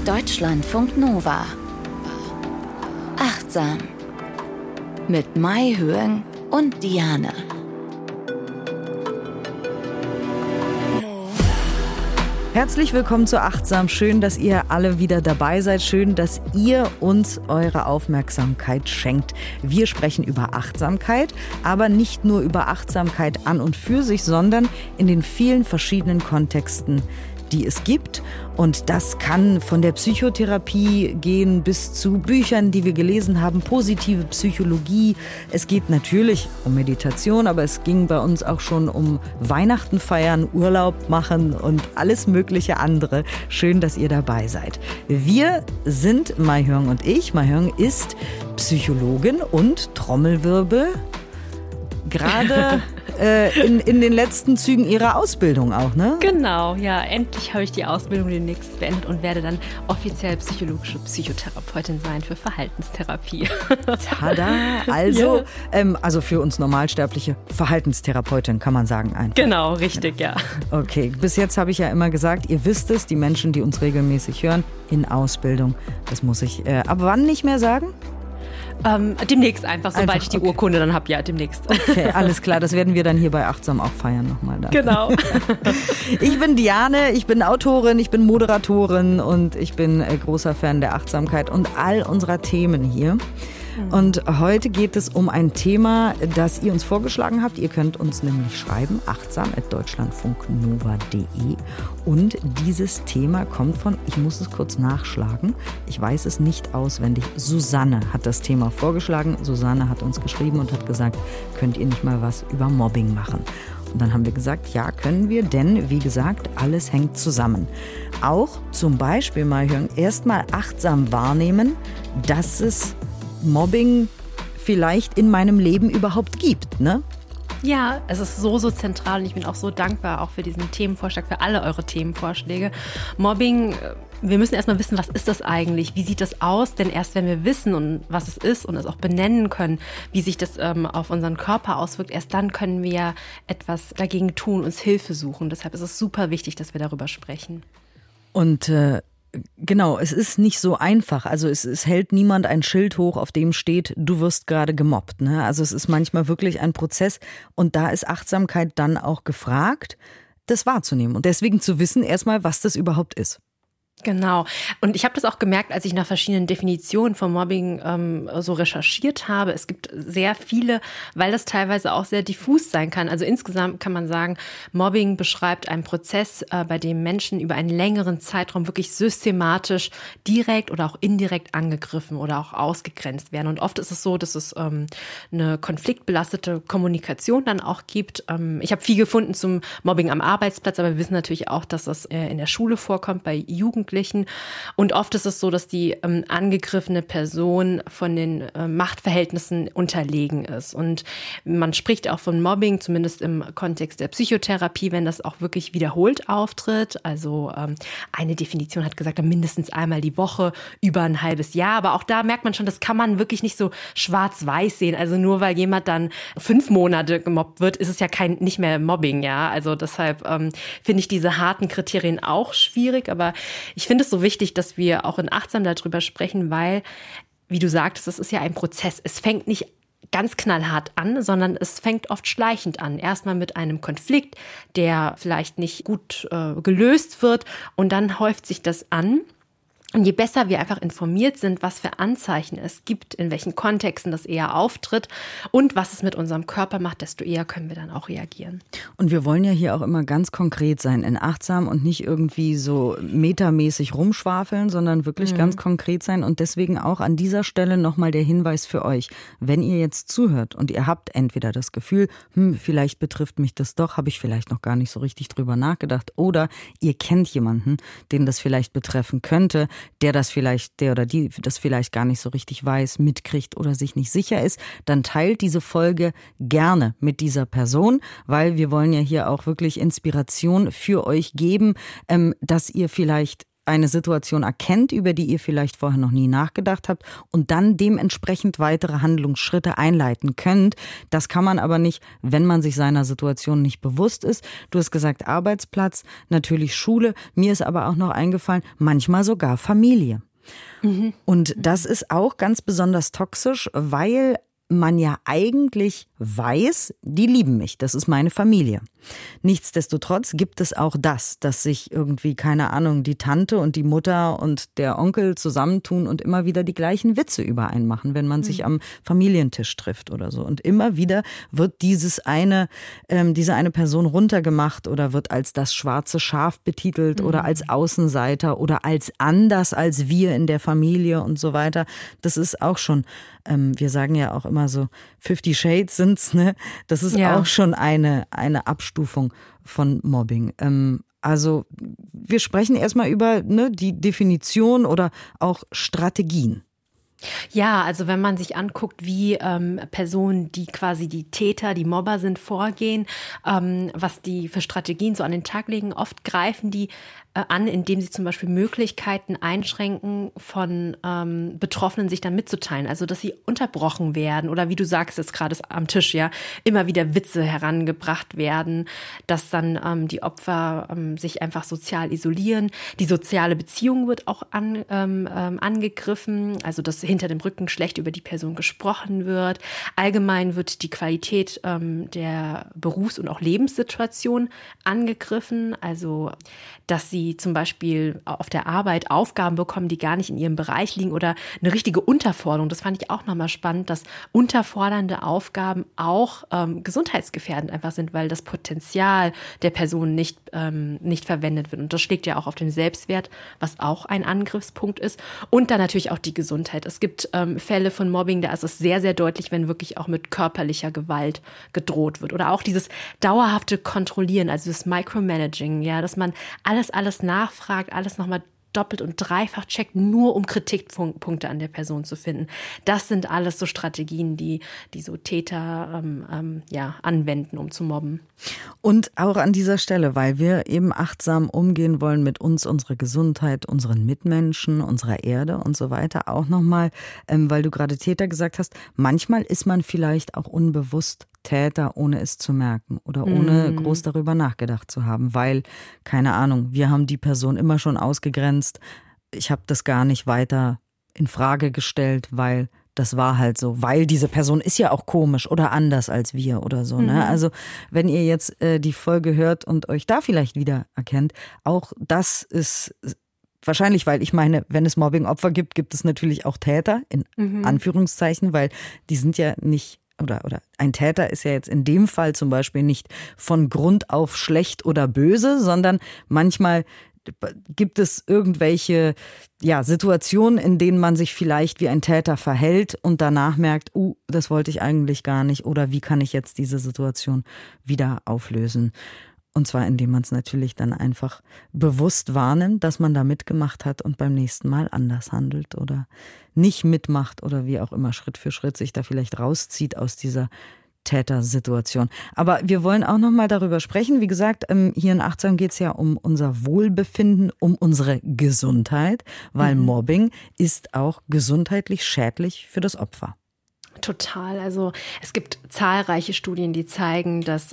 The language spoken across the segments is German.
Deutschlandfunk Nova. Achtsam. Mit Mai Höeng und Diane. Herzlich willkommen zu Achtsam. Schön, dass ihr alle wieder dabei seid. Schön, dass ihr uns eure Aufmerksamkeit schenkt. Wir sprechen über Achtsamkeit, aber nicht nur über Achtsamkeit an und für sich, sondern in den vielen verschiedenen Kontexten, die es gibt. Und das kann von der Psychotherapie gehen bis zu Büchern, die wir gelesen haben, positive Psychologie. Es geht natürlich um Meditation, aber es ging bei uns auch schon um Weihnachten feiern, Urlaub machen und alles mögliche andere. Schön, dass ihr dabei seid. Wir sind Mai Höeng und ich. Mai Höeng ist Psychologin und Trommelwirbel. Gerade in den letzten Zügen ihrer Ausbildung auch, ne? Genau, ja. Endlich habe ich die Ausbildung demnächst beendet und werde dann offiziell psychologische Psychotherapeutin sein für Verhaltenstherapie. Tada! Also, also für uns Normalsterbliche Verhaltenstherapeutin, kann man sagen einfach. Genau, richtig, ja. Okay, bis jetzt habe ich ja immer gesagt, ihr wisst es, die Menschen, die uns regelmäßig hören, in Ausbildung. Das muss ich ab wann nicht mehr sagen? Demnächst einfach, sobald ich die Urkunde dann habe, ja, demnächst. Okay, alles klar, das werden wir dann hier bei Achtsam auch feiern nochmal. Genau. Ich bin Diane, ich bin Autorin, ich bin Moderatorin und ich bin großer Fan der Achtsamkeit und all unserer Themen hier. Und heute geht es um ein Thema, das ihr uns vorgeschlagen habt. Ihr könnt uns nämlich schreiben, achtsam@deutschlandfunknova.de. Und dieses Thema kommt von, ich muss es kurz nachschlagen, ich weiß es nicht auswendig, Susanne hat das Thema vorgeschlagen. Susanne hat uns geschrieben und hat gesagt, könnt ihr nicht mal was über Mobbing machen? Und dann haben wir gesagt, ja, können wir, denn wie gesagt, alles hängt zusammen. Auch zum Beispiel mal hören, erstmal achtsam wahrnehmen, dass es Mobbing vielleicht in meinem Leben überhaupt gibt, ne? Ja, es ist so zentral und ich bin auch so dankbar auch für diesen Themenvorschlag, für alle eure Themenvorschläge. Mobbing, wir müssen erstmal wissen, was ist das eigentlich? Wie sieht das aus? Denn erst wenn wir wissen, und was es ist und es auch benennen können, wie sich das auf unseren Körper auswirkt, erst dann können wir etwas dagegen tun, uns Hilfe suchen. Deshalb ist es super wichtig, dass wir darüber sprechen. Und genau, es ist nicht so einfach. Also es hält niemand ein Schild hoch, auf dem steht, du wirst gerade gemobbt, ne? Also es ist manchmal wirklich ein Prozess und da ist Achtsamkeit dann auch gefragt, das wahrzunehmen und deswegen zu wissen erstmal, was das überhaupt ist. Genau. Und ich habe das auch gemerkt, als ich nach verschiedenen Definitionen von Mobbing so recherchiert habe. Es gibt sehr viele, weil das teilweise auch sehr diffus sein kann. Also insgesamt kann man sagen, Mobbing beschreibt einen Prozess, bei dem Menschen über einen längeren Zeitraum wirklich systematisch direkt oder auch indirekt angegriffen oder auch ausgegrenzt werden. Und oft ist es so, dass es eine konfliktbelastete Kommunikation dann auch gibt. Ich habe viel gefunden zum Mobbing am Arbeitsplatz, aber wir wissen natürlich auch, dass das in der Schule vorkommt, bei Jugendlichen. Und oft ist es so, dass die angegriffene Person von den Machtverhältnissen unterlegen ist. Und man spricht auch von Mobbing, zumindest im Kontext der Psychotherapie, wenn das auch wirklich wiederholt auftritt. Also eine Definition hat gesagt, mindestens einmal die Woche über ein halbes Jahr. Aber auch da merkt man schon, das kann man wirklich nicht so schwarz-weiß sehen. Also nur weil jemand dann 5 Monate gemobbt wird, ist es ja nicht mehr Mobbing, ja. Also deshalb finde ich diese harten Kriterien auch schwierig, aber ich finde es so wichtig, dass wir auch in Achtsam darüber sprechen, weil, wie du sagtest, es ist ja ein Prozess. Es fängt nicht ganz knallhart an, sondern es fängt oft schleichend an. Erstmal mit einem Konflikt, der vielleicht nicht gut gelöst wird und dann häuft sich das an. Und je besser wir einfach informiert sind, was für Anzeichen es gibt, in welchen Kontexten das eher auftritt und was es mit unserem Körper macht, desto eher können wir dann auch reagieren. Und wir wollen ja hier auch immer ganz konkret sein in Achtsam und nicht irgendwie so metamäßig rumschwafeln, sondern wirklich ganz konkret sein. Und deswegen auch an dieser Stelle nochmal der Hinweis für euch. Wenn ihr jetzt zuhört und ihr habt entweder das Gefühl, vielleicht betrifft mich das doch, habe ich vielleicht noch gar nicht so richtig drüber nachgedacht, oder ihr kennt jemanden, den das vielleicht betreffen könnte, der oder die das vielleicht gar nicht so richtig weiß, mitkriegt oder sich nicht sicher ist, dann teilt diese Folge gerne mit dieser Person, weil wir wollen ja hier auch wirklich Inspiration für euch geben, dass ihr vielleicht eine Situation erkennt, über die ihr vielleicht vorher noch nie nachgedacht habt und dann dementsprechend weitere Handlungsschritte einleiten könnt. Das kann man aber nicht, wenn man sich seiner Situation nicht bewusst ist. Du hast gesagt Arbeitsplatz, natürlich Schule. Mir ist aber auch noch eingefallen, manchmal sogar Familie. Und das ist auch ganz besonders toxisch, weil man ja eigentlich weiß, die lieben mich, das ist meine Familie. Nichtsdestotrotz gibt es auch das, dass sich irgendwie, keine Ahnung, die Tante und die Mutter und der Onkel zusammentun und immer wieder die gleichen Witze über einen machen, wenn man sich am Familientisch trifft oder so. Und immer wieder wird diese eine Person runtergemacht oder wird als das schwarze Schaf betitelt oder als Außenseiter oder als anders als wir in der Familie und so weiter. Das ist auch schon, wir sagen ja auch immer so, 50 Shades sind's, ne? Das ist auch schon eine Abstufung von Mobbing. Also wir sprechen erstmal über die Definition oder auch Strategien. Ja, also wenn man sich anguckt, wie Personen, die quasi die Täter, die Mobber sind, vorgehen, was die für Strategien so an den Tag legen, oft greifen die an, indem sie zum Beispiel Möglichkeiten einschränken von Betroffenen, sich dann mitzuteilen. Also, dass sie unterbrochen werden oder wie du sagst jetzt gerade am Tisch, ja, immer wieder Witze herangebracht werden, dass dann die Opfer sich einfach sozial isolieren. Die soziale Beziehung wird auch angegriffen, also dass hinter dem Rücken schlecht über die Person gesprochen wird. Allgemein wird die Qualität der Berufs- und auch Lebenssituation angegriffen, also dass sie zum Beispiel auf der Arbeit Aufgaben bekommen, die gar nicht in ihrem Bereich liegen oder eine richtige Unterforderung. Das fand ich auch nochmal spannend, dass unterfordernde Aufgaben auch gesundheitsgefährdend einfach sind, weil das Potenzial der Person nicht verwendet wird. Und das schlägt ja auch auf den Selbstwert, was auch ein Angriffspunkt ist. Und dann natürlich auch die Gesundheit. Es gibt Fälle von Mobbing, da ist es sehr, sehr deutlich, wenn wirklich auch mit körperlicher Gewalt gedroht wird. Oder auch dieses dauerhafte Kontrollieren, also das Micromanaging, ja, dass man alles nachfragt, alles nochmal doppelt und dreifach checkt, nur um Kritikpunkte an der Person zu finden. Das sind alles so Strategien, die so Täter anwenden, um zu mobben. Und auch an dieser Stelle, weil wir eben achtsam umgehen wollen mit uns, unserer Gesundheit, unseren Mitmenschen, unserer Erde und so weiter, auch nochmal, weil du gerade Täter gesagt hast, manchmal ist man vielleicht auch unbewusst Täter, ohne es zu merken oder ohne groß darüber nachgedacht zu haben, weil, keine Ahnung, wir haben die Person immer schon ausgegrenzt. Ich habe das gar nicht weiter in Frage gestellt, weil das war halt so, weil diese Person ist ja auch komisch oder anders als wir oder so. Ne? Also wenn ihr jetzt die Folge hört und euch da vielleicht wieder erkennt, auch das ist wahrscheinlich, weil ich meine, wenn es Mobbing-Opfer gibt, gibt es natürlich auch Täter, in Anführungszeichen, weil die sind ja nicht oder ein Täter ist ja jetzt in dem Fall zum Beispiel nicht von Grund auf schlecht oder böse, sondern manchmal gibt es irgendwelche Situationen, in denen man sich vielleicht wie ein Täter verhält und danach merkt, das wollte ich eigentlich gar nicht oder wie kann ich jetzt diese Situation wieder auflösen? Und zwar, indem man es natürlich dann einfach bewusst wahrnimmt, dass man da mitgemacht hat und beim nächsten Mal anders handelt oder nicht mitmacht oder wie auch immer Schritt für Schritt sich da vielleicht rauszieht aus dieser Tätersituation. Aber wir wollen auch noch mal darüber sprechen. Wie gesagt, hier in Achtsam geht es ja um unser Wohlbefinden, um unsere Gesundheit, weil Mobbing ist auch gesundheitlich schädlich für das Opfer. Total. Also es gibt zahlreiche Studien, die zeigen, dass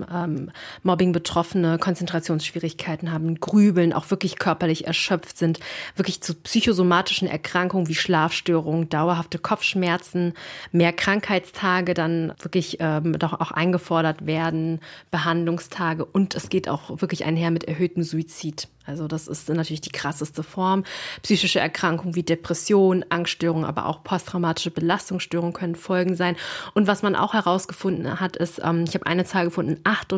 Mobbing-Betroffene Konzentrationsschwierigkeiten haben, grübeln, auch wirklich körperlich erschöpft sind, wirklich zu psychosomatischen Erkrankungen wie Schlafstörungen, dauerhafte Kopfschmerzen, mehr Krankheitstage dann wirklich doch auch eingefordert werden, Behandlungstage und es geht auch wirklich einher mit erhöhtem Suizid. Also das ist natürlich die krasseste Form. Psychische Erkrankungen wie Depression, Angststörungen, aber auch posttraumatische Belastungsstörungen können Folgen sein. Und was man auch herausgefunden hat, ist, ich habe eine Zahl gefunden,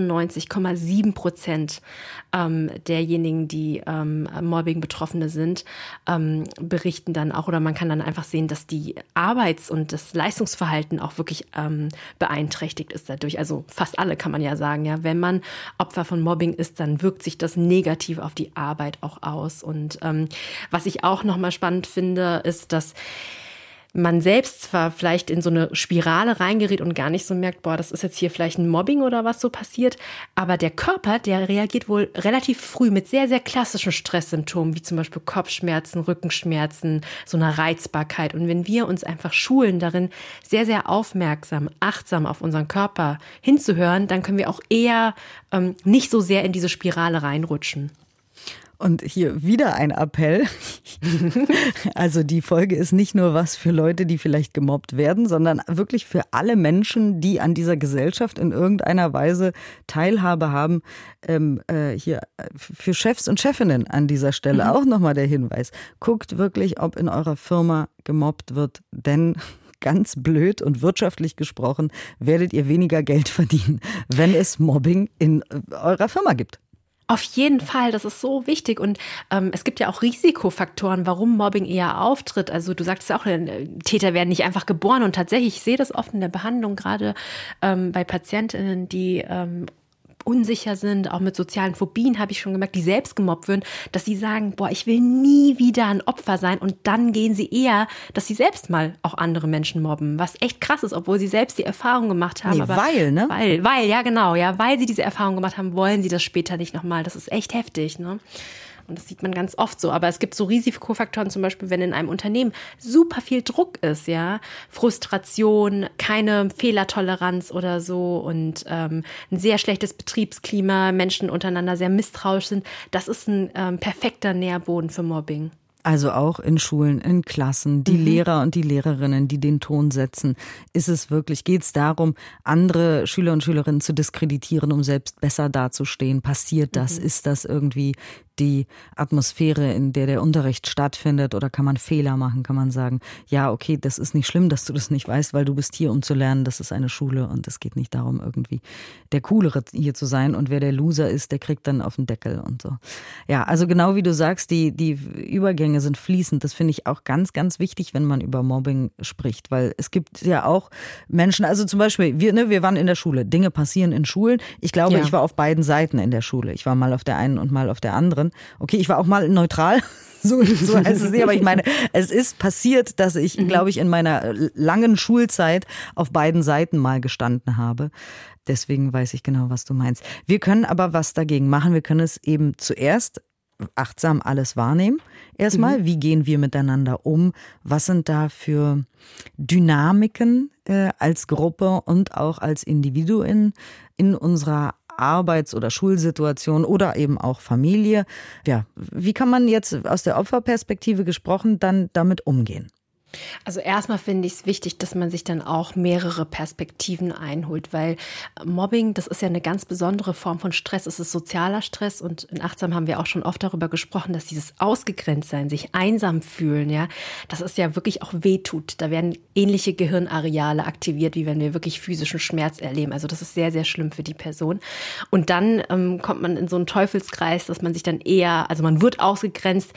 98,7% derjenigen, die Mobbing-Betroffene sind, berichten dann auch, oder man kann dann einfach sehen, dass die Arbeits- und das Leistungsverhalten auch wirklich beeinträchtigt ist dadurch. Also fast alle kann man ja sagen, ja, wenn man Opfer von Mobbing ist, dann wirkt sich das negativ auf die Arbeit auch aus. Und was ich auch nochmal spannend finde, ist, dass man selbst zwar vielleicht in so eine Spirale reingerät und gar nicht so merkt, boah, das ist jetzt hier vielleicht ein Mobbing oder was so passiert, aber der Körper, der reagiert wohl relativ früh mit sehr, sehr klassischen Stresssymptomen, wie zum Beispiel Kopfschmerzen, Rückenschmerzen, so einer Reizbarkeit. Und wenn wir uns einfach schulen darin, sehr, sehr aufmerksam, achtsam auf unseren Körper hinzuhören, dann können wir auch eher nicht so sehr in diese Spirale reinrutschen. Und hier wieder ein Appell. Also die Folge ist nicht nur was für Leute, die vielleicht gemobbt werden, sondern wirklich für alle Menschen, die an dieser Gesellschaft in irgendeiner Weise Teilhabe haben. Hier für Chefs und Chefinnen an dieser Stelle auch nochmal der Hinweis. Guckt wirklich, ob in eurer Firma gemobbt wird, denn ganz blöd und wirtschaftlich gesprochen werdet ihr weniger Geld verdienen, wenn es Mobbing in eurer Firma gibt. Auf jeden Fall, das ist so wichtig und es gibt ja auch Risikofaktoren, warum Mobbing eher auftritt. Also du sagst ja auch, Täter werden nicht einfach geboren und tatsächlich, ich sehe das oft in der Behandlung, gerade bei Patientinnen, die unsicher sind, auch mit sozialen Phobien habe ich schon gemerkt, die selbst gemobbt werden, dass sie sagen, boah, ich will nie wieder ein Opfer sein und dann gehen sie eher, dass sie selbst mal auch andere Menschen mobben, was echt krass ist, obwohl sie selbst die Erfahrung gemacht haben. Nee, aber weil, ja genau, ja, weil sie diese Erfahrung gemacht haben, wollen sie das später nicht nochmal. Das ist echt heftig, ne? Und das sieht man ganz oft so. Aber es gibt so Risikofaktoren, zum Beispiel, wenn in einem Unternehmen super viel Druck ist, ja, Frustration, keine Fehlertoleranz oder so und ein sehr schlechtes Betriebsklima, Menschen untereinander sehr misstrauisch sind. Das ist ein perfekter Nährboden für Mobbing. Also auch in Schulen, in Klassen, die Lehrer und die Lehrerinnen, die den Ton setzen, geht es darum, andere Schüler und Schülerinnen zu diskreditieren, um selbst besser dazustehen. Passiert das? Ist das irgendwie die Atmosphäre, in der der Unterricht stattfindet, oder kann man Fehler machen? Kann man sagen, ja, okay, das ist nicht schlimm, dass du das nicht weißt, weil du bist hier, um zu lernen, das ist eine Schule und es geht nicht darum, irgendwie der Coolere hier zu sein, und wer der Loser ist, der kriegt dann auf den Deckel und so. Ja, also genau wie du sagst, die Übergänge sind fließend. Das finde ich auch ganz, ganz wichtig, wenn man über Mobbing spricht, weil es gibt ja auch Menschen, also zum Beispiel, wir waren in der Schule, Dinge passieren in Schulen. Ich glaube, ich war auf beiden Seiten in der Schule. Ich war mal auf der einen und mal auf der anderen. Okay, ich war auch mal neutral, so heißt es nicht, aber ich meine, es ist passiert, dass ich, glaube ich, in meiner langen Schulzeit auf beiden Seiten mal gestanden habe. Deswegen weiß ich genau, was du meinst. Wir können aber was dagegen machen. Wir können es eben zuerst achtsam alles wahrnehmen. Erstmal, wie gehen wir miteinander um? Was sind da für Dynamiken als Gruppe und auch als Individuen in unserer Arbeits- oder Schulsituation oder eben auch Familie? Ja, wie kann man jetzt aus der Opferperspektive gesprochen dann damit umgehen? Also erstmal finde ich es wichtig, dass man sich dann auch mehrere Perspektiven einholt, weil Mobbing, das ist ja eine ganz besondere Form von Stress. Es ist sozialer Stress und in Achtsam haben wir auch schon oft darüber gesprochen, dass dieses Ausgegrenztsein, sich einsam fühlen, ja, das ist ja wirklich auch wehtut. Da werden ähnliche Gehirnareale aktiviert, wie wenn wir wirklich physischen Schmerz erleben. Also das ist sehr, sehr schlimm für die Person. Und dann kommt man in so einen Teufelskreis, dass man sich dann also man wird ausgegrenzt,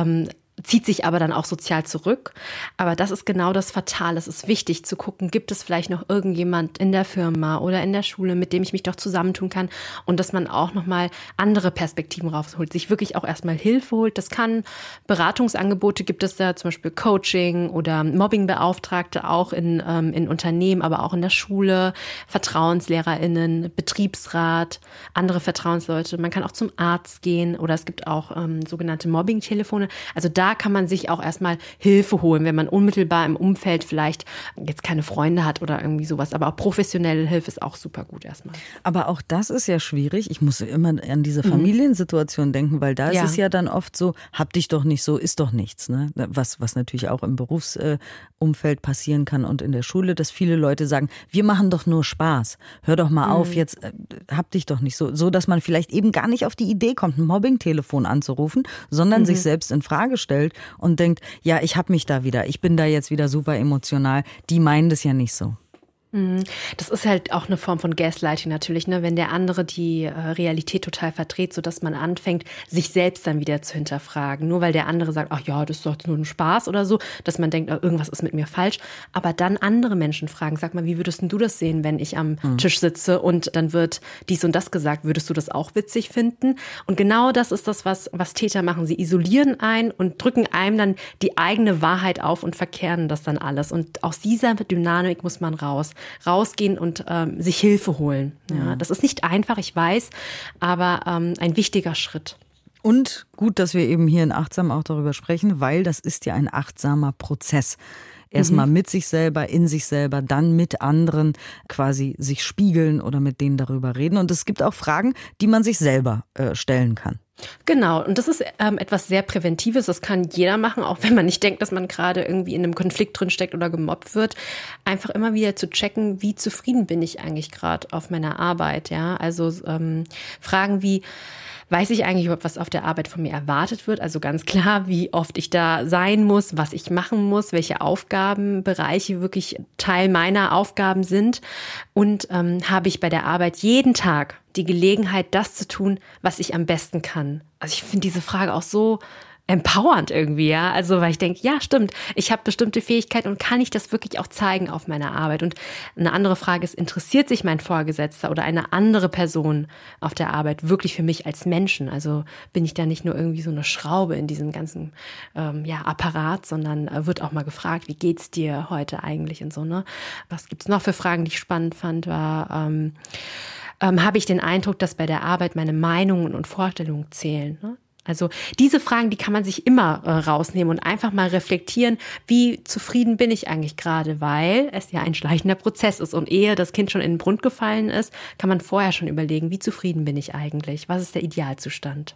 zieht sich aber dann auch sozial zurück. Aber das ist genau das Fatale. Es ist wichtig zu gucken, gibt es vielleicht noch irgendjemand in der Firma oder in der Schule, mit dem ich mich doch zusammentun kann, und dass man auch nochmal andere Perspektiven rausholt, sich wirklich auch erstmal Hilfe holt. Das kann Beratungsangebote, gibt es da zum Beispiel Coaching oder Mobbingbeauftragte auch in Unternehmen, aber auch in der Schule, VertrauenslehrerInnen, Betriebsrat, andere Vertrauensleute. Man kann auch zum Arzt gehen oder es gibt auch sogenannte Mobbing-Telefone. Also da kann man sich auch erstmal Hilfe holen, wenn man unmittelbar im Umfeld vielleicht jetzt keine Freunde hat oder irgendwie sowas. Aber auch professionelle Hilfe ist auch super gut erstmal. Aber auch das ist ja schwierig. Ich muss immer an diese Familiensituation denken, weil da ist es ja dann oft so, hab dich doch nicht so, ist doch nichts. Ne? Was natürlich auch im Berufsumfeld passieren kann und in der Schule, dass viele Leute sagen, wir machen doch nur Spaß. Hör doch mal auf, jetzt hab dich doch nicht so. So, dass man vielleicht eben gar nicht auf die Idee kommt, ein Mobbing-Telefon anzurufen, sondern sich selbst in Frage stellt und denkt, ja, ich hab mich da wieder, ich bin da jetzt wieder super emotional. Die meinen das ja nicht so. Das ist halt auch eine Form von Gaslighting natürlich, ne? Wenn der andere die Realität total verdreht, sodass man anfängt, sich selbst dann wieder zu hinterfragen. Nur weil der andere sagt, ach ja, das ist doch nur ein Spaß oder so, dass man denkt, irgendwas ist mit mir falsch. Aber dann andere Menschen fragen, sag mal, wie würdest denn du das sehen, wenn ich am Tisch sitze und dann wird dies und das gesagt, würdest du das auch witzig finden? Und genau das ist das, was Täter machen. Sie isolieren einen und drücken einem dann die eigene Wahrheit auf und verkehren das dann alles. Und aus dieser Dynamik muss man rausgehen und sich Hilfe holen. Ja, das ist nicht einfach, ich weiß, aber ein wichtiger Schritt. Und gut, dass wir eben hier in Achtsam auch darüber sprechen, weil das ist ja ein achtsamer Prozess. Erstmal mit sich selber, in sich selber, dann mit anderen quasi sich spiegeln oder mit denen darüber reden. Und es gibt auch Fragen, die man sich selber stellen kann. Genau, und das ist etwas sehr Präventives, das kann jeder machen, auch wenn man nicht denkt, dass man gerade irgendwie in einem Konflikt drin steckt oder gemobbt wird. Einfach immer wieder zu checken, wie zufrieden bin ich eigentlich gerade auf meiner Arbeit. Ja, also Fragen wie, weiß ich eigentlich überhaupt, was auf der Arbeit von mir erwartet wird? Also ganz klar, wie oft ich da sein muss, was ich machen muss, welche Aufgabenbereiche wirklich Teil meiner Aufgaben sind. Und habe ich bei der Arbeit jeden Tag die Gelegenheit, das zu tun, was ich am besten kann? Also ich finde diese Frage auch so empowernd irgendwie, ja. Also weil ich denke, ja, stimmt, ich habe bestimmte Fähigkeiten und kann ich das wirklich auch zeigen auf meiner Arbeit? Und eine andere Frage ist, interessiert sich mein Vorgesetzter oder eine andere Person auf der Arbeit wirklich für mich als Menschen? Also bin ich da nicht nur irgendwie so eine Schraube in diesem ganzen Apparat, sondern wird auch mal gefragt, wie geht's dir heute eigentlich und so, ne? Was gibt's noch für Fragen, die ich spannend fand, war, habe ich den Eindruck, dass bei der Arbeit meine Meinungen und Vorstellungen zählen, ne? Also diese Fragen, die kann man sich immer rausnehmen und einfach mal reflektieren, wie zufrieden bin ich eigentlich gerade, weil es ja ein schleichender Prozess ist. Und ehe das Kind schon in den Brunnen gefallen ist, kann man vorher schon überlegen, wie zufrieden bin ich eigentlich, was ist der Idealzustand.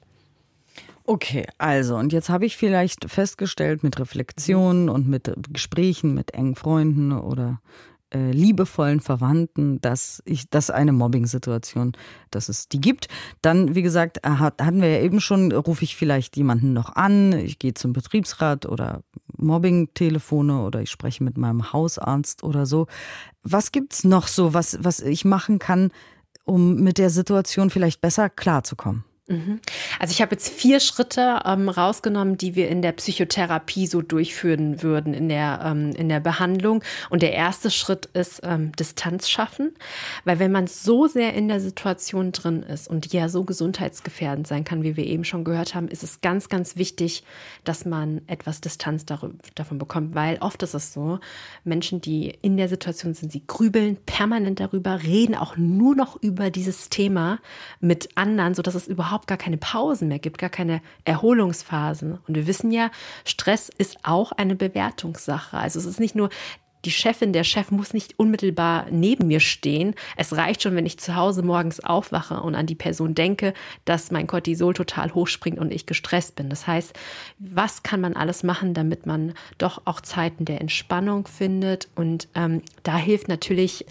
Okay, also und jetzt habe ich vielleicht festgestellt mit Reflexionen und mit Gesprächen mit engen Freunden oder liebevollen Verwandten, dass eine Mobbing-Situation, dass es die gibt. Dann, wie gesagt, hatten wir ja eben schon, rufe ich vielleicht jemanden noch an, ich gehe zum Betriebsrat oder Mobbing-Telefone oder ich spreche mit meinem Hausarzt oder so. Was gibt's noch so, was ich machen kann, um mit der Situation vielleicht besser klarzukommen? Also ich habe jetzt 4 Schritte rausgenommen, die wir in der Psychotherapie so durchführen würden in der Behandlung. Und der erste Schritt ist Distanz schaffen, weil wenn man so sehr in der Situation drin ist und die ja so gesundheitsgefährdend sein kann, wie wir eben schon gehört haben, ist es ganz, ganz wichtig, dass man etwas Distanz davon bekommt, weil oft ist es so, Menschen, die in der Situation sind, sie grübeln permanent darüber, reden auch nur noch über dieses Thema mit anderen, sodass es überhaupt gar keine Pausen mehr gibt, gar keine Erholungsphasen. Und wir wissen ja, Stress ist auch eine Bewertungssache. Also es ist nicht nur die Chefin, der Chef muss nicht unmittelbar neben mir stehen. Es reicht schon, wenn ich zu Hause morgens aufwache und an die Person denke, dass mein Cortisol total hochspringt und ich gestresst bin. Das heißt, was kann man alles machen, damit man doch auch Zeiten der Entspannung findet? Und da hilft natürlich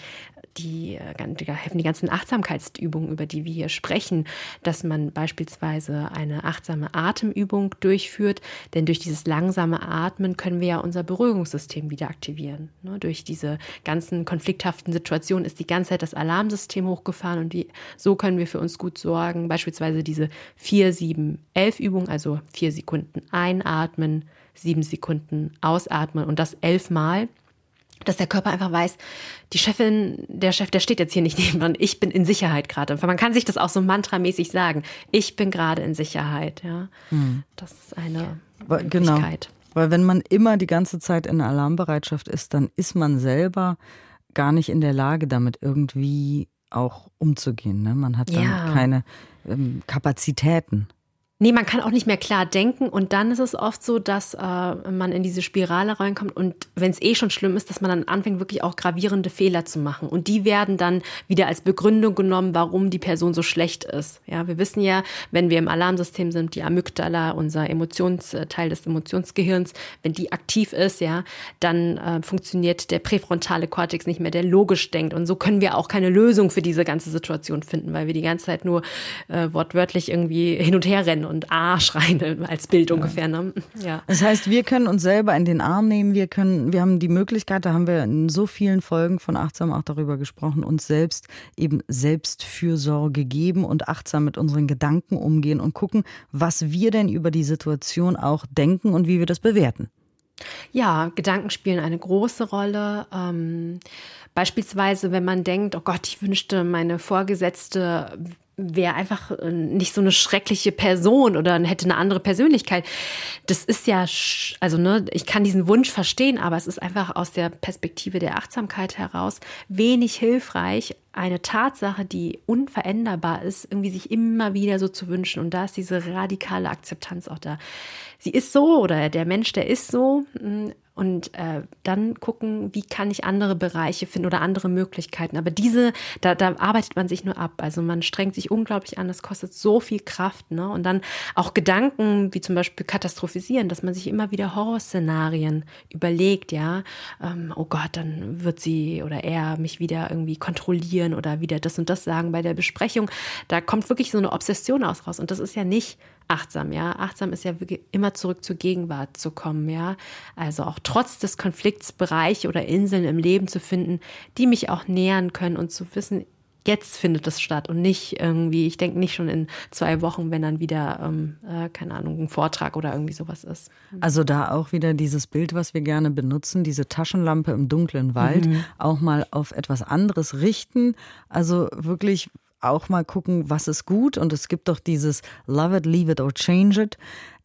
da helfen die ganzen Achtsamkeitsübungen, über die wir hier sprechen, dass man beispielsweise eine achtsame Atemübung durchführt, denn durch dieses langsame Atmen können wir ja unser Beruhigungssystem wieder aktivieren. Ne? Durch diese ganzen konflikthaften Situationen ist die ganze Zeit das Alarmsystem hochgefahren und so können wir für uns gut sorgen. Beispielsweise diese 4-7-11-Übung, also 4 Sekunden einatmen, 7 Sekunden ausatmen und das 11 Mal. Dass der Körper einfach weiß, die Chefin, der Chef, der steht jetzt hier nicht nebenan, ich bin in Sicherheit gerade. Man kann sich das auch so mantramäßig sagen, ich bin gerade in Sicherheit. Ja, das ist eine Möglichkeit. Genau, weil wenn man immer die ganze Zeit in Alarmbereitschaft ist, dann ist man selber gar nicht in der Lage, damit irgendwie auch umzugehen. Ne? Man hat dann keine Kapazitäten. Nee, man kann auch nicht mehr klar denken und dann ist es oft so, dass man in diese Spirale reinkommt und wenn es schon schlimm ist, dass man dann anfängt, wirklich auch gravierende Fehler zu machen und die werden dann wieder als Begründung genommen, warum die Person so schlecht ist. Ja, wir wissen ja, wenn wir im Alarmsystem sind, die Amygdala, unser Teil des Emotionsgehirns, wenn die aktiv ist, ja, dann funktioniert der präfrontale Kortex nicht mehr, der logisch denkt und so können wir auch keine Lösung für diese ganze Situation finden, weil wir die ganze Zeit nur wortwörtlich irgendwie hin und her rennen und A schreien als Bild ungefähr. Ne? Ja. Das heißt, wir können uns selber in den Arm nehmen, wir haben die Möglichkeit, da haben wir in so vielen Folgen von Achtsam auch darüber gesprochen, uns selbst eben Selbstfürsorge geben und achtsam mit unseren Gedanken umgehen und gucken, was wir denn über die Situation auch denken und wie wir das bewerten. Ja, Gedanken spielen eine große Rolle. Beispielsweise, wenn man denkt, oh Gott, ich wünschte, meine Vorgesetzte wäre einfach nicht so eine schreckliche Person oder hätte eine andere Persönlichkeit. Das ist ja, also ne, ich kann diesen Wunsch verstehen, aber es ist einfach aus der Perspektive der Achtsamkeit heraus wenig hilfreich, eine Tatsache, die unveränderbar ist, irgendwie sich immer wieder so zu wünschen. Und da ist diese radikale Akzeptanz auch da. Sie ist so oder der Mensch, der ist so. Und dann gucken, wie kann ich andere Bereiche finden oder andere Möglichkeiten. Aber da arbeitet man sich nur ab. Also man strengt sich unglaublich an, das kostet so viel Kraft. Ne? Und dann auch Gedanken, wie zum Beispiel katastrophisieren, dass man sich immer wieder Horrorszenarien überlegt, ja. Oh Gott, dann wird sie oder er mich wieder irgendwie kontrollieren oder wieder das und das sagen bei der Besprechung. Da kommt wirklich so eine Obsession raus. Und das ist ja nicht achtsam, ja. Achtsam ist ja wirklich immer zurück zur Gegenwart zu kommen, ja. Also auch trotz des Konflikts Bereiche oder Inseln im Leben zu finden, die mich auch nähern können und zu wissen, jetzt findet es statt und nicht irgendwie, ich denke nicht schon in 2 Wochen, wenn dann wieder, keine Ahnung, ein Vortrag oder irgendwie sowas ist. Also da auch wieder dieses Bild, was wir gerne benutzen, diese Taschenlampe im dunklen Wald, auch mal auf etwas anderes richten. Also wirklich auch mal gucken, was ist gut. Und es gibt doch dieses Love it, leave it or change it.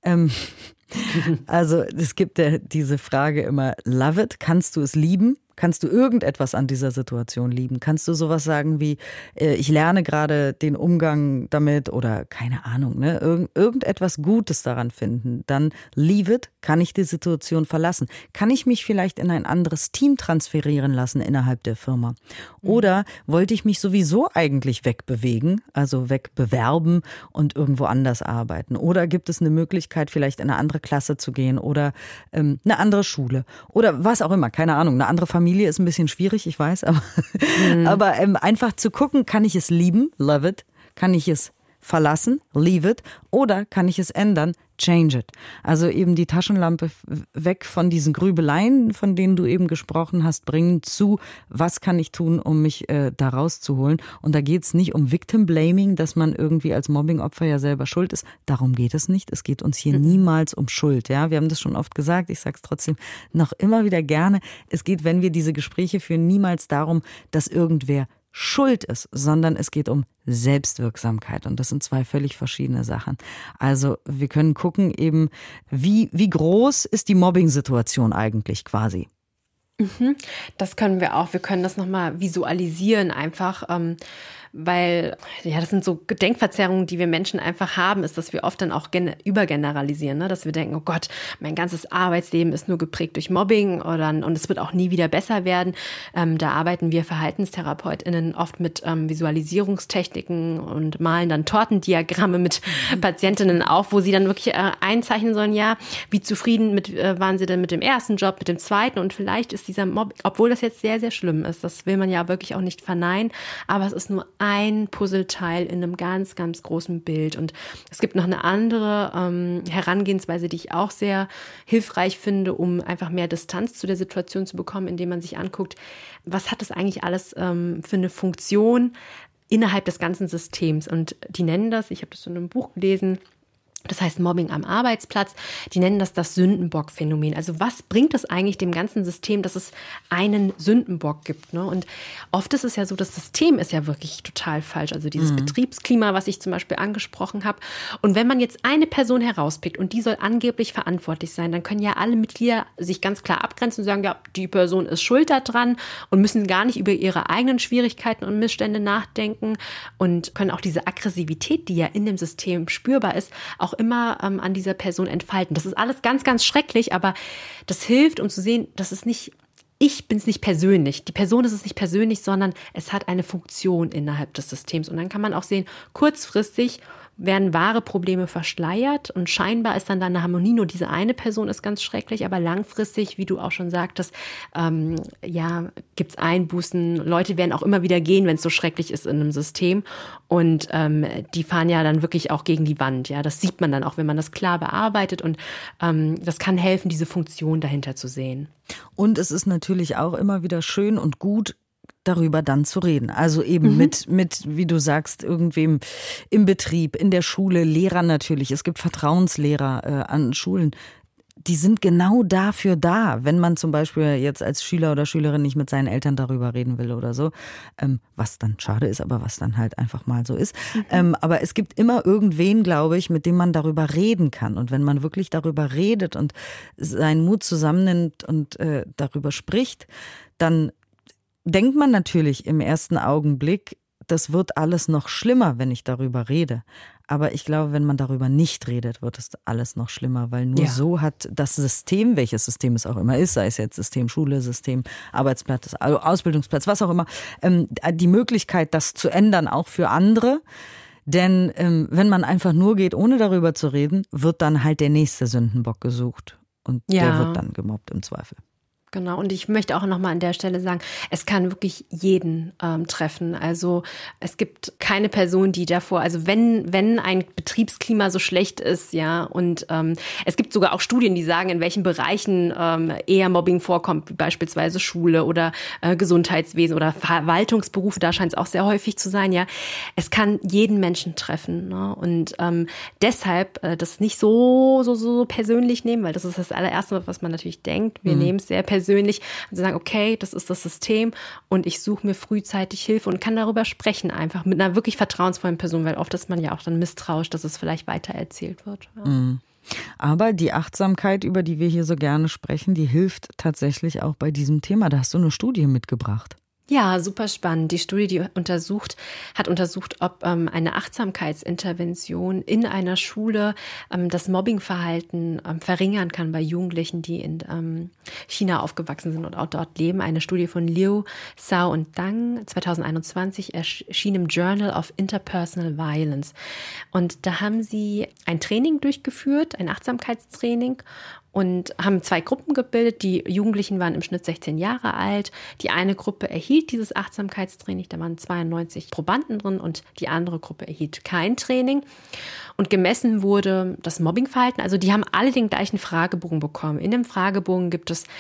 Also es gibt ja diese Frage immer, love it, kannst du es lieben? Kannst du irgendetwas an dieser Situation lieben? Kannst du sowas sagen wie, ich lerne gerade den Umgang damit oder keine Ahnung, ne? Irgendetwas Gutes daran finden. Dann leave it, kann ich die Situation verlassen? Kann ich mich vielleicht in ein anderes Team transferieren lassen innerhalb der Firma? Oder wollte ich mich sowieso eigentlich wegbewegen, also wegbewerben und irgendwo anders arbeiten? Oder gibt es eine Möglichkeit, vielleicht in eine andere Klasse zu gehen oder eine andere Schule oder was auch immer, keine Ahnung, eine andere Familie ist ein bisschen schwierig, ich weiß, aber einfach zu gucken, kann ich es lieben, love it, kann ich es verlassen, leave it, oder kann ich es ändern, change it. Also eben die Taschenlampe weg von diesen Grübeleien, von denen du eben gesprochen hast, bringen zu, was kann ich tun, um mich da rauszuholen. Und da geht es nicht um Victim Blaming, dass man irgendwie als Mobbingopfer ja selber schuld ist. Darum geht es nicht. Es geht uns hier niemals um Schuld. Ja, wir haben das schon oft gesagt. Ich sage es trotzdem noch immer wieder gerne. Es geht, wenn wir diese Gespräche führen, niemals darum, dass irgendwer Schuld ist, sondern es geht um Selbstwirksamkeit und das sind 2 völlig verschiedene Sachen. Also wir können gucken eben, wie groß ist die Mobbing-Situation eigentlich quasi? Das können wir auch. Wir können das nochmal visualisieren einfach, weil ja, das sind so Denkverzerrungen, die wir Menschen einfach haben, ist, dass wir oft dann auch übergeneralisieren, ne? Dass wir denken, oh Gott, mein ganzes Arbeitsleben ist nur geprägt durch Mobbing und es wird auch nie wieder besser werden. Da arbeiten wir VerhaltenstherapeutInnen oft mit Visualisierungstechniken und malen dann Tortendiagramme mit Patientinnen auf, wo sie dann wirklich einzeichnen sollen, ja, wie zufrieden waren sie denn mit dem ersten Job, mit dem zweiten und vielleicht ist dieser Mobbing, obwohl das jetzt sehr, sehr schlimm ist, das will man ja wirklich auch nicht verneinen, aber es ist nur ein Puzzleteil in einem ganz, ganz großen Bild. Und es gibt noch eine andere Herangehensweise, die ich auch sehr hilfreich finde, um einfach mehr Distanz zu der Situation zu bekommen, indem man sich anguckt, was hat das eigentlich alles für eine Funktion innerhalb des ganzen Systems. Und die nennen das, ich habe das in einem Buch gelesen, das heißt Mobbing am Arbeitsplatz, die nennen das Sündenbock-Phänomen. Also was bringt es eigentlich dem ganzen System, dass es einen Sündenbock gibt? Ne? Und oft ist es ja so, das System ist ja wirklich total falsch. Also dieses Betriebsklima, was ich zum Beispiel angesprochen habe. Und wenn man jetzt eine Person herauspickt und die soll angeblich verantwortlich sein, dann können ja alle Mitglieder sich ganz klar abgrenzen und sagen, ja, die Person ist schuld daran und müssen gar nicht über ihre eigenen Schwierigkeiten und Missstände nachdenken und können auch diese Aggressivität, die ja in dem System spürbar ist, auch immer an dieser Person entfalten. Das ist alles ganz, ganz schrecklich, aber das hilft, um zu sehen, dass es nicht, ich bin es nicht persönlich, die Person ist es nicht persönlich, sondern es hat eine Funktion innerhalb des Systems. Und dann kann man auch sehen, kurzfristig werden wahre Probleme verschleiert und scheinbar ist dann da eine Harmonie, nur diese eine Person ist ganz schrecklich, aber langfristig, wie du auch schon sagtest, gibt's Einbußen, Leute werden auch immer wieder gehen, wenn es so schrecklich ist in einem System und die fahren ja dann wirklich auch gegen die Wand, ja, das sieht man dann auch, wenn man das klar bearbeitet und das kann helfen, diese Funktion dahinter zu sehen. Und es ist natürlich auch immer wieder schön und gut, darüber dann zu reden. Also eben mit, wie du sagst, irgendwem im Betrieb, in der Schule, Lehrer natürlich. Es gibt Vertrauenslehrer an Schulen. Die sind genau dafür da, wenn man zum Beispiel jetzt als Schüler oder Schülerin nicht mit seinen Eltern darüber reden will oder so, was dann schade ist, aber was dann halt einfach mal so ist. Aber es gibt immer irgendwen, glaube ich, mit dem man darüber reden kann. Und wenn man wirklich darüber redet und seinen Mut zusammennimmt und darüber spricht, dann denkt man natürlich im ersten Augenblick, das wird alles noch schlimmer, wenn ich darüber rede. Aber ich glaube, wenn man darüber nicht redet, wird es alles noch schlimmer, weil nur so hat das System, welches System es auch immer ist, sei es jetzt System Schule, System Arbeitsplatz, Ausbildungsplatz, was auch immer, die Möglichkeit, das zu ändern, auch für andere. Denn wenn man einfach nur geht, ohne darüber zu reden, wird dann halt der nächste Sündenbock gesucht. Und der wird dann gemobbt im Zweifel. Genau, und ich möchte auch nochmal an der Stelle sagen, es kann wirklich jeden treffen. Also es gibt keine Person, die davor, also wenn ein Betriebsklima so schlecht ist, ja, und es gibt sogar auch Studien, die sagen, in welchen Bereichen eher Mobbing vorkommt, wie beispielsweise Schule oder Gesundheitswesen oder Verwaltungsberufe, da scheint es auch sehr häufig zu sein, ja. Es kann jeden Menschen treffen, ne? Und deshalb das nicht so persönlich nehmen, weil das ist das allererste, was man natürlich denkt. Wir nehmen es sehr persönlich und sagen, okay, das ist das System und ich suche mir frühzeitig Hilfe und kann darüber sprechen einfach mit einer wirklich vertrauensvollen Person, weil oft ist man ja auch dann misstrauisch, dass es vielleicht weitererzählt wird. Ja. Aber die Achtsamkeit, über die wir hier so gerne sprechen, die hilft tatsächlich auch bei diesem Thema. Da hast du eine Studie mitgebracht. Ja, super spannend. Die Studie, hat untersucht, ob eine Achtsamkeitsintervention in einer Schule das Mobbingverhalten verringern kann bei Jugendlichen, die in China aufgewachsen sind und auch dort leben. Eine Studie von Liu, Zhao und Dang 2021 erschien im Journal of Interpersonal Violence. Und da haben sie ein Training durchgeführt, ein Achtsamkeitstraining, und haben 2 Gruppen gebildet. Die Jugendlichen waren im Schnitt 16 Jahre alt. Die eine Gruppe erhielt dieses Achtsamkeitstraining, da waren 92 Probanden drin und die andere Gruppe erhielt kein Training. Und gemessen wurde das Mobbingverhalten. Also die haben alle den gleichen Fragebogen bekommen. In dem Fragebogen gibt es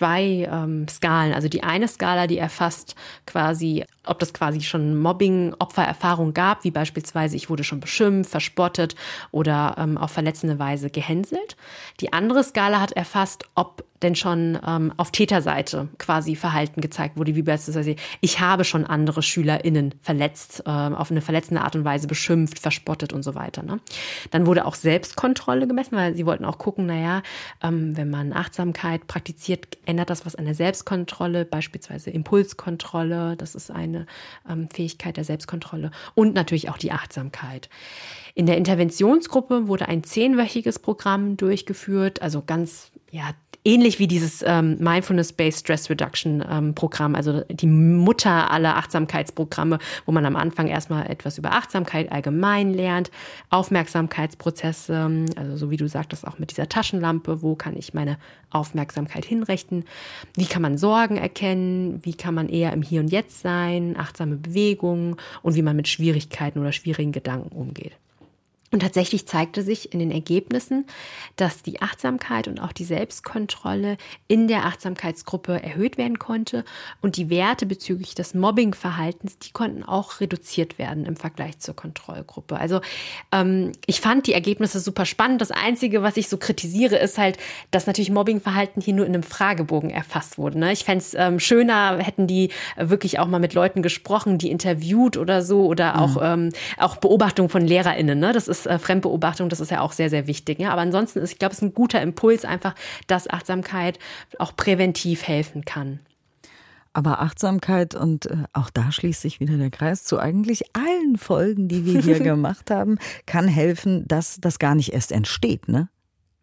2 Skalen. Also die eine Skala, die erfasst quasi, ob das quasi schon Mobbing-Opfererfahrung gab, wie beispielsweise ich wurde schon beschimpft, verspottet oder auf verletzende Weise gehänselt. Die andere Skala hat erfasst, ob denn schon auf Täterseite quasi Verhalten gezeigt wurde, wie beispielsweise ich habe schon andere SchülerInnen verletzt, auf eine verletzende Art und Weise beschimpft, verspottet und so weiter. Ne? Dann wurde auch Selbstkontrolle gemessen, weil sie wollten auch gucken, wenn man Achtsamkeit praktiziert, ändert das was an der Selbstkontrolle, beispielsweise Impulskontrolle, das ist eine Fähigkeit der Selbstkontrolle und natürlich auch die Achtsamkeit. In der Interventionsgruppe wurde ein 10-wöchiges Programm durchgeführt, also ganz, ähnlich wie dieses Mindfulness-Based Stress Reduction Programm, also die Mutter aller Achtsamkeitsprogramme, wo man am Anfang erstmal etwas über Achtsamkeit allgemein lernt, Aufmerksamkeitsprozesse, also so wie du sagtest, auch mit dieser Taschenlampe, wo kann ich meine Aufmerksamkeit hinrichten, wie kann man Sorgen erkennen, wie kann man eher im Hier und Jetzt sein, achtsame Bewegungen und wie man mit Schwierigkeiten oder schwierigen Gedanken umgeht. Und tatsächlich zeigte sich in den Ergebnissen, dass die Achtsamkeit und auch die Selbstkontrolle in der Achtsamkeitsgruppe erhöht werden konnte und die Werte bezüglich des Mobbingverhaltens, die konnten auch reduziert werden im Vergleich zur Kontrollgruppe. Also ich fand die Ergebnisse super spannend. Das Einzige, was ich so kritisiere, ist halt, dass natürlich Mobbingverhalten hier nur in einem Fragebogen erfasst wurde. Ne? Ich fände es schöner, hätten die wirklich auch mal mit Leuten gesprochen, die interviewt oder so oder auch Beobachtung von LehrerInnen. Ne? Das ist Fremdbeobachtung, das ist ja auch sehr, sehr wichtig. Ja? Aber ansonsten ist, ich glaube, es ist ein guter Impuls einfach, dass Achtsamkeit auch präventiv helfen kann. Aber Achtsamkeit und auch da schließt sich wieder der Kreis zu eigentlich allen Folgen, die wir hier gemacht haben, kann helfen, dass das gar nicht erst entsteht, ne?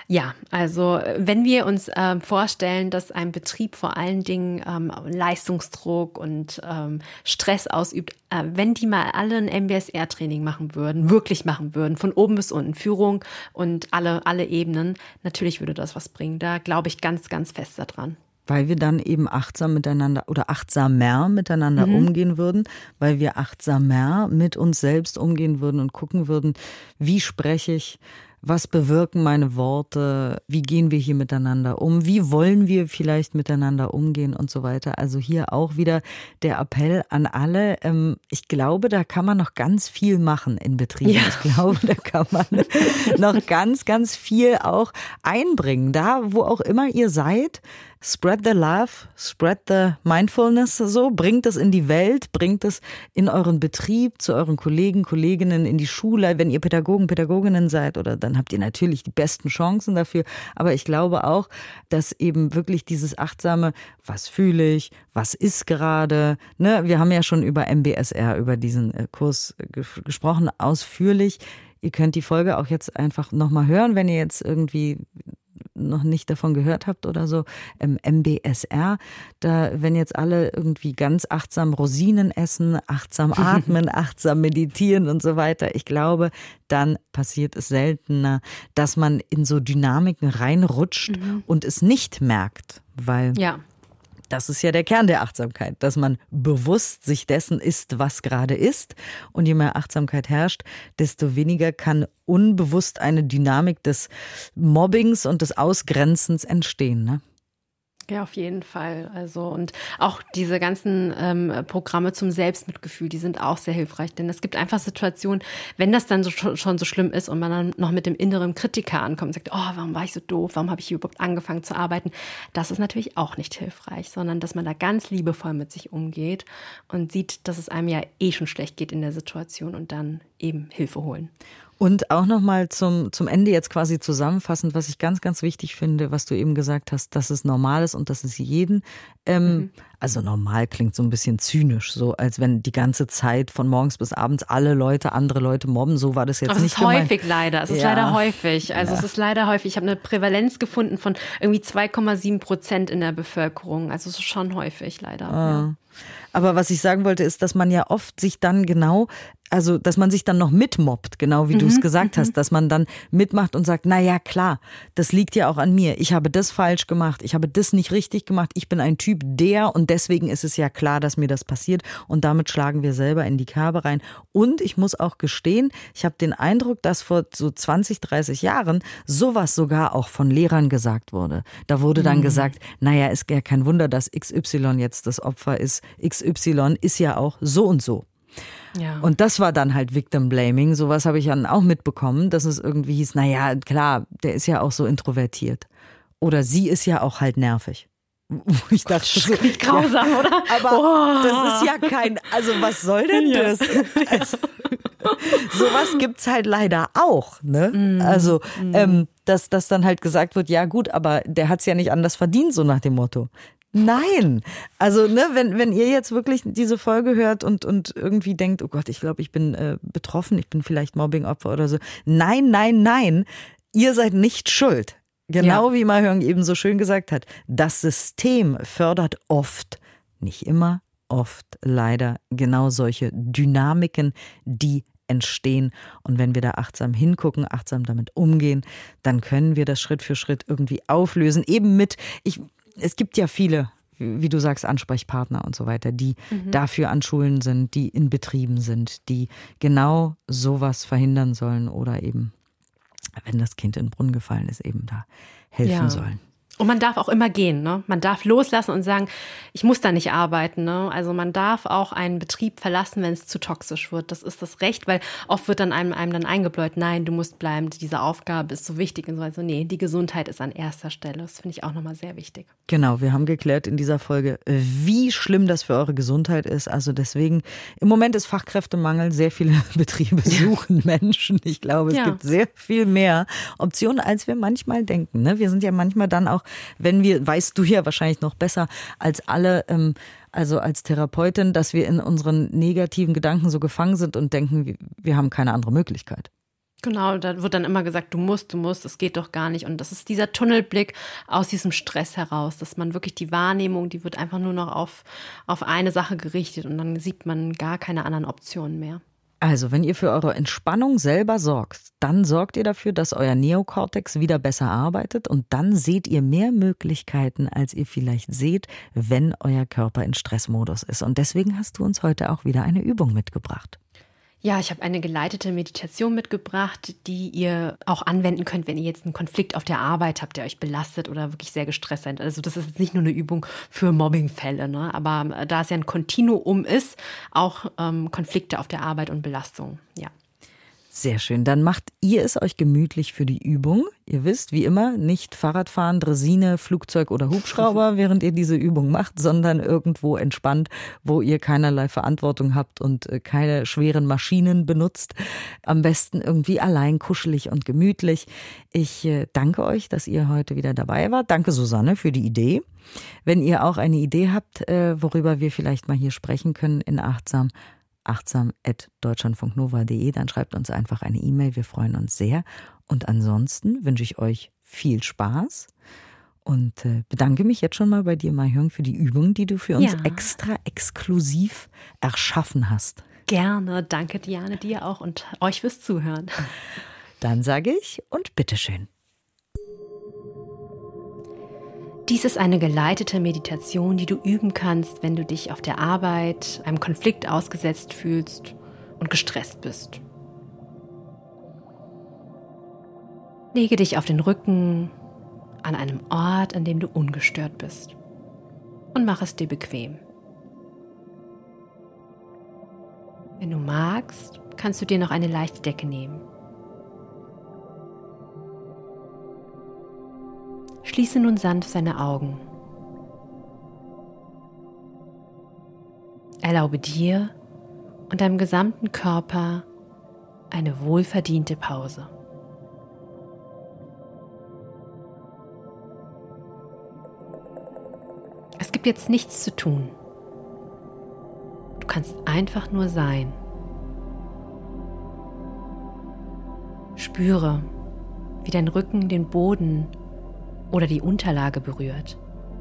Ja, also wenn wir uns vorstellen, dass ein Betrieb vor allen Dingen Leistungsdruck und Stress ausübt, wenn die mal alle ein MBSR-Training wirklich machen würden, von oben bis unten, Führung und alle Ebenen, natürlich würde das was bringen. Da glaube ich ganz, ganz fest daran. Weil wir dann eben achtsam miteinander oder achtsamer miteinander umgehen würden, weil wir achtsamer mit uns selbst umgehen würden und gucken würden, wie spreche ich, was bewirken meine Worte, wie gehen wir hier miteinander um, wie wollen wir vielleicht miteinander umgehen und so weiter. Also hier auch wieder der Appell an alle. Ich glaube, da kann man noch ganz viel machen in Betrieben. Ja. Ich glaube, da kann man noch ganz, ganz viel auch einbringen. Da, wo auch immer ihr seid, spread the love, spread the mindfulness, so, bringt es in die Welt, bringt es in euren Betrieb, zu euren Kollegen, Kolleginnen, in die Schule. Wenn ihr Pädagogen, Pädagoginnen seid, oder dann habt ihr natürlich die besten Chancen dafür. Aber ich glaube auch, dass eben wirklich dieses achtsame, was fühle ich, was ist gerade, ne? Wir haben ja schon über MBSR, über diesen Kurs gesprochen, ausführlich. Ihr könnt die Folge auch jetzt einfach nochmal hören, wenn ihr jetzt irgendwie noch nicht davon gehört habt oder so, MBSR, da, wenn jetzt alle irgendwie ganz achtsam Rosinen essen, achtsam atmen, achtsam meditieren und so weiter, ich glaube, dann passiert es seltener, dass man in so Dynamiken reinrutscht und es nicht merkt, weil das ist ja der Kern der Achtsamkeit, dass man bewusst sich dessen ist, was gerade ist. Und je mehr Achtsamkeit herrscht, desto weniger kann unbewusst eine Dynamik des Mobbings und des Ausgrenzens entstehen, ne? Ja, auf jeden Fall. Also und auch diese ganzen Programme zum Selbstmitgefühl, die sind auch sehr hilfreich, denn es gibt einfach Situationen, wenn das dann schon so schlimm ist und man dann noch mit dem inneren Kritiker ankommt und sagt, oh, warum war ich so doof, warum habe ich hier überhaupt angefangen zu arbeiten, das ist natürlich auch nicht hilfreich, sondern dass man da ganz liebevoll mit sich umgeht und sieht, dass es einem ja eh schon schlecht geht in der Situation und dann eben Hilfe holen. Und auch nochmal zum Ende jetzt quasi zusammenfassend, was ich ganz, ganz wichtig finde, was du eben gesagt hast, dass es normal ist und dass es jeden, also normal klingt so ein bisschen zynisch, so als wenn die ganze Zeit von morgens bis abends andere Leute mobben, so war das jetzt nicht gemeint. Es ist leider häufig, also es ist leider häufig. Ich habe eine Prävalenz gefunden von irgendwie 2,7% in der Bevölkerung, also es ist schon häufig leider. Ja. Aber was ich sagen wollte, ist, dass man ja oft sich dann dass man sich dann noch mitmobbt, genau wie du es gesagt hast, dass man dann mitmacht und sagt, na ja, klar, das liegt ja auch an mir. Ich habe das falsch gemacht, ich habe das nicht richtig gemacht, ich bin ein Typ und deswegen ist es ja klar, dass mir das passiert und damit schlagen wir selber in die Kerbe rein. Und ich muss auch gestehen, ich habe den Eindruck, dass vor so 20, 30 Jahren sowas sogar auch von Lehrern gesagt wurde. Da wurde dann gesagt, naja, ist ja kein Wunder, dass XY jetzt das Opfer ist. XY ist ja auch so und so. Ja. Und das war dann halt Victim Blaming. Sowas habe ich dann auch mitbekommen, dass es irgendwie hieß, naja, klar, der ist ja auch so introvertiert. Oder sie ist ja auch halt nervig. Wo ich dachte, so, wie grausam, ja, oder? Aber das ist ja also was soll denn das? Also, sowas gibt's halt leider auch, ne? Also, dass dann halt gesagt wird, ja gut, aber der hat's ja nicht anders verdient, so nach dem Motto. Nein, also ne, wenn ihr jetzt wirklich diese Folge hört und irgendwie denkt, oh Gott, ich glaube, ich bin betroffen, ich bin vielleicht Mobbingopfer oder so. Nein, ihr seid nicht schuld. Genau wie Mahjong eben so schön gesagt hat, das System fördert oft, nicht immer, oft leider genau solche Dynamiken, die entstehen. Und wenn wir da achtsam hingucken, achtsam damit umgehen, dann können wir das Schritt für Schritt irgendwie auflösen. Eben es gibt ja viele, wie du sagst, Ansprechpartner und so weiter, die dafür an Schulen sind, die in Betrieben sind, die genau sowas verhindern sollen oder eben, wenn das Kind in den Brunnen gefallen ist, eben da helfen sollen. Und man darf auch immer gehen, ne? Man darf loslassen und sagen, ich muss da nicht arbeiten, ne? Also man darf auch einen Betrieb verlassen, wenn es zu toxisch wird. Das ist das Recht, weil oft wird dann einem dann eingebläut, nein, du musst bleiben, diese Aufgabe ist so wichtig und so. Also nee, die Gesundheit ist an erster Stelle. Das finde ich auch nochmal sehr wichtig. Genau, wir haben geklärt in dieser Folge, wie schlimm das für eure Gesundheit ist. Also deswegen, im Moment ist Fachkräftemangel, sehr viele Betriebe suchen Menschen. Ich glaube, es gibt sehr viel mehr Optionen, als wir manchmal denken, ne? Wir sind ja manchmal dann auch, weißt du ja wahrscheinlich noch besser als alle, also als Therapeutin, dass wir in unseren negativen Gedanken so gefangen sind und denken, wir haben keine andere Möglichkeit. Genau, da wird dann immer gesagt, du musst, es geht doch gar nicht. Und das ist dieser Tunnelblick aus diesem Stress heraus, dass man wirklich die Wahrnehmung, die wird einfach nur noch auf eine Sache gerichtet und dann sieht man gar keine anderen Optionen mehr. Also, wenn ihr für eure Entspannung selber sorgt, dann sorgt ihr dafür, dass euer Neokortex wieder besser arbeitet und dann seht ihr mehr Möglichkeiten, als ihr vielleicht seht, wenn euer Körper in Stressmodus ist. Und deswegen hast du uns heute auch wieder eine Übung mitgebracht. Ja, ich habe eine geleitete Meditation mitgebracht, die ihr auch anwenden könnt, wenn ihr jetzt einen Konflikt auf der Arbeit habt, der euch belastet oder wirklich sehr gestresst seid. Also das ist jetzt nicht nur eine Übung für Mobbingfälle, ne? Aber da es ja ein Kontinuum ist, auch Konflikte auf der Arbeit und Belastung, ja. Sehr schön. Dann macht ihr es euch gemütlich für die Übung. Ihr wisst, wie immer, nicht Fahrradfahren, Draisine, Flugzeug oder Hubschrauber, während ihr diese Übung macht, sondern irgendwo entspannt, wo ihr keinerlei Verantwortung habt und keine schweren Maschinen benutzt. Am besten irgendwie allein, kuschelig und gemütlich. Ich danke euch, dass ihr heute wieder dabei wart. Danke, Susanne, für die Idee. Wenn ihr auch eine Idee habt, worüber wir vielleicht mal hier sprechen können in achtsam@deutschlandfunknova.de, dann schreibt uns einfach eine E-Mail, wir freuen uns sehr. Und ansonsten wünsche ich euch viel Spaß und bedanke mich jetzt schon mal bei dir, Mai-Hyung, für die Übung, die du für uns extra exklusiv erschaffen hast. Gerne, danke Diane, dir auch und euch fürs Zuhören. Dann sage ich und bitteschön. Dies ist eine geleitete Meditation, die du üben kannst, wenn du dich auf der Arbeit einem Konflikt ausgesetzt fühlst und gestresst bist. Lege dich auf den Rücken an einem Ort, an dem du ungestört bist und mach es dir bequem. Wenn du magst, kannst du dir noch eine leichte Decke nehmen. Schließe nun sanft deine Augen. Erlaube dir und deinem gesamten Körper eine wohlverdiente Pause. Es gibt jetzt nichts zu tun. Du kannst einfach nur sein. Spüre, wie dein Rücken den Boden oder die Unterlage berührt.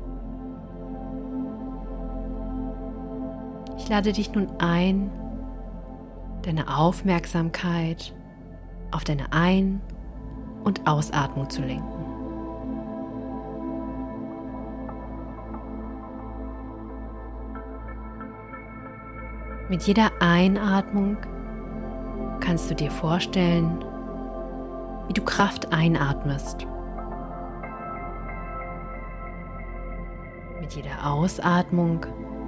Ich lade dich nun ein, deine Aufmerksamkeit auf deine Ein- und Ausatmung zu lenken. Mit jeder Einatmung kannst du dir vorstellen, wie du Kraft einatmest. Mit jeder Ausatmung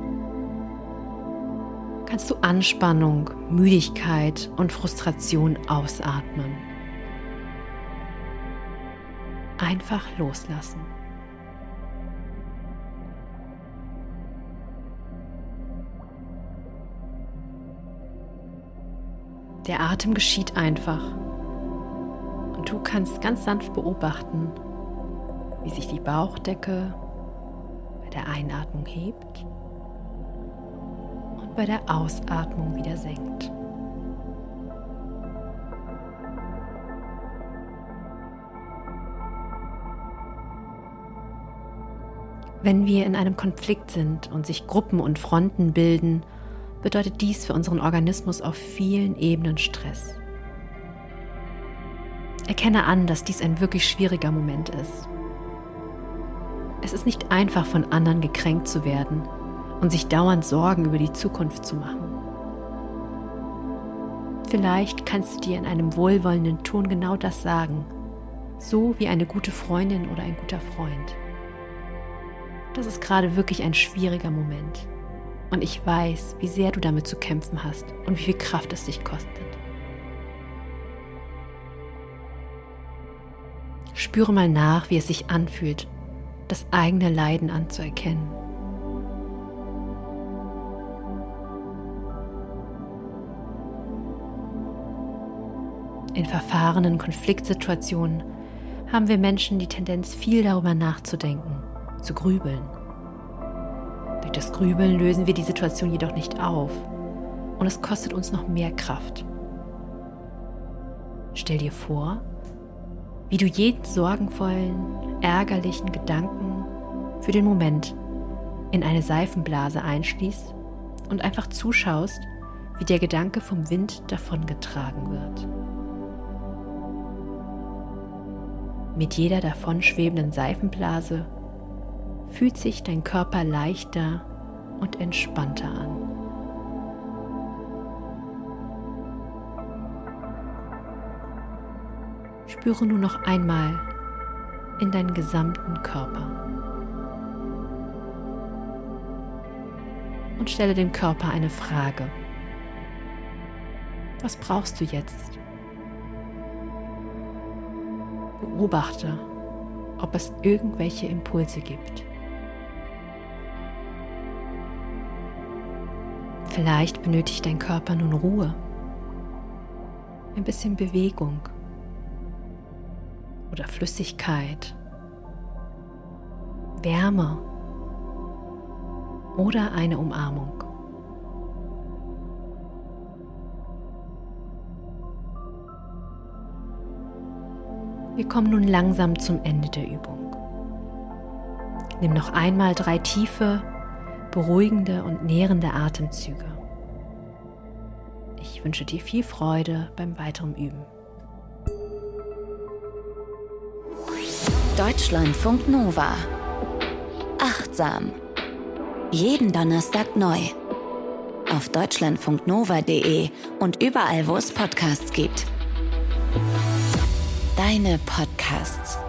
kannst du Anspannung, Müdigkeit und Frustration ausatmen. Einfach loslassen. Der Atem geschieht einfach und du kannst ganz sanft beobachten, wie sich die Bauchdecke bei der Einatmung hebt und bei der Ausatmung wieder senkt. Wenn wir in einem Konflikt sind und sich Gruppen und Fronten bilden, bedeutet dies für unseren Organismus auf vielen Ebenen Stress. Erkenne an, dass dies ein wirklich schwieriger Moment ist. Es ist nicht einfach, von anderen gekränkt zu werden und sich dauernd Sorgen über die Zukunft zu machen. Vielleicht kannst du dir in einem wohlwollenden Ton genau das sagen, so wie eine gute Freundin oder ein guter Freund. Das ist gerade wirklich ein schwieriger Moment. Und ich weiß, wie sehr du damit zu kämpfen hast und wie viel Kraft es dich kostet. Spüre mal nach, wie es sich anfühlt, das eigene Leiden anzuerkennen. In verfahrenen Konfliktsituationen haben wir Menschen die Tendenz, viel darüber nachzudenken, zu grübeln. Durch das Grübeln lösen wir die Situation jedoch nicht auf und es kostet uns noch mehr Kraft. Stell dir vor, wie du jeden sorgenvollen, ärgerlichen Gedanken für den Moment in eine Seifenblase einschließt und einfach zuschaust, wie der Gedanke vom Wind davongetragen wird. Mit jeder davonschwebenden Seifenblase fühlt sich dein Körper leichter und entspannter an. Spüre nur noch einmal in deinen gesamten Körper und stelle dem Körper eine Frage. Was brauchst du jetzt? Beobachte, ob es irgendwelche Impulse gibt. Vielleicht benötigt dein Körper nun Ruhe, ein bisschen Bewegung oder Flüssigkeit, Wärme oder eine Umarmung. Wir kommen nun langsam zum Ende der Übung. Nimm noch einmal 3 tiefe, beruhigende und nährende Atemzüge. Ich wünsche dir viel Freude beim weiteren Üben. Deutschlandfunk Nova. Achtsam. Jeden Donnerstag neu. Auf deutschlandfunknova.de und überall, wo es Podcasts gibt. Deine Podcasts.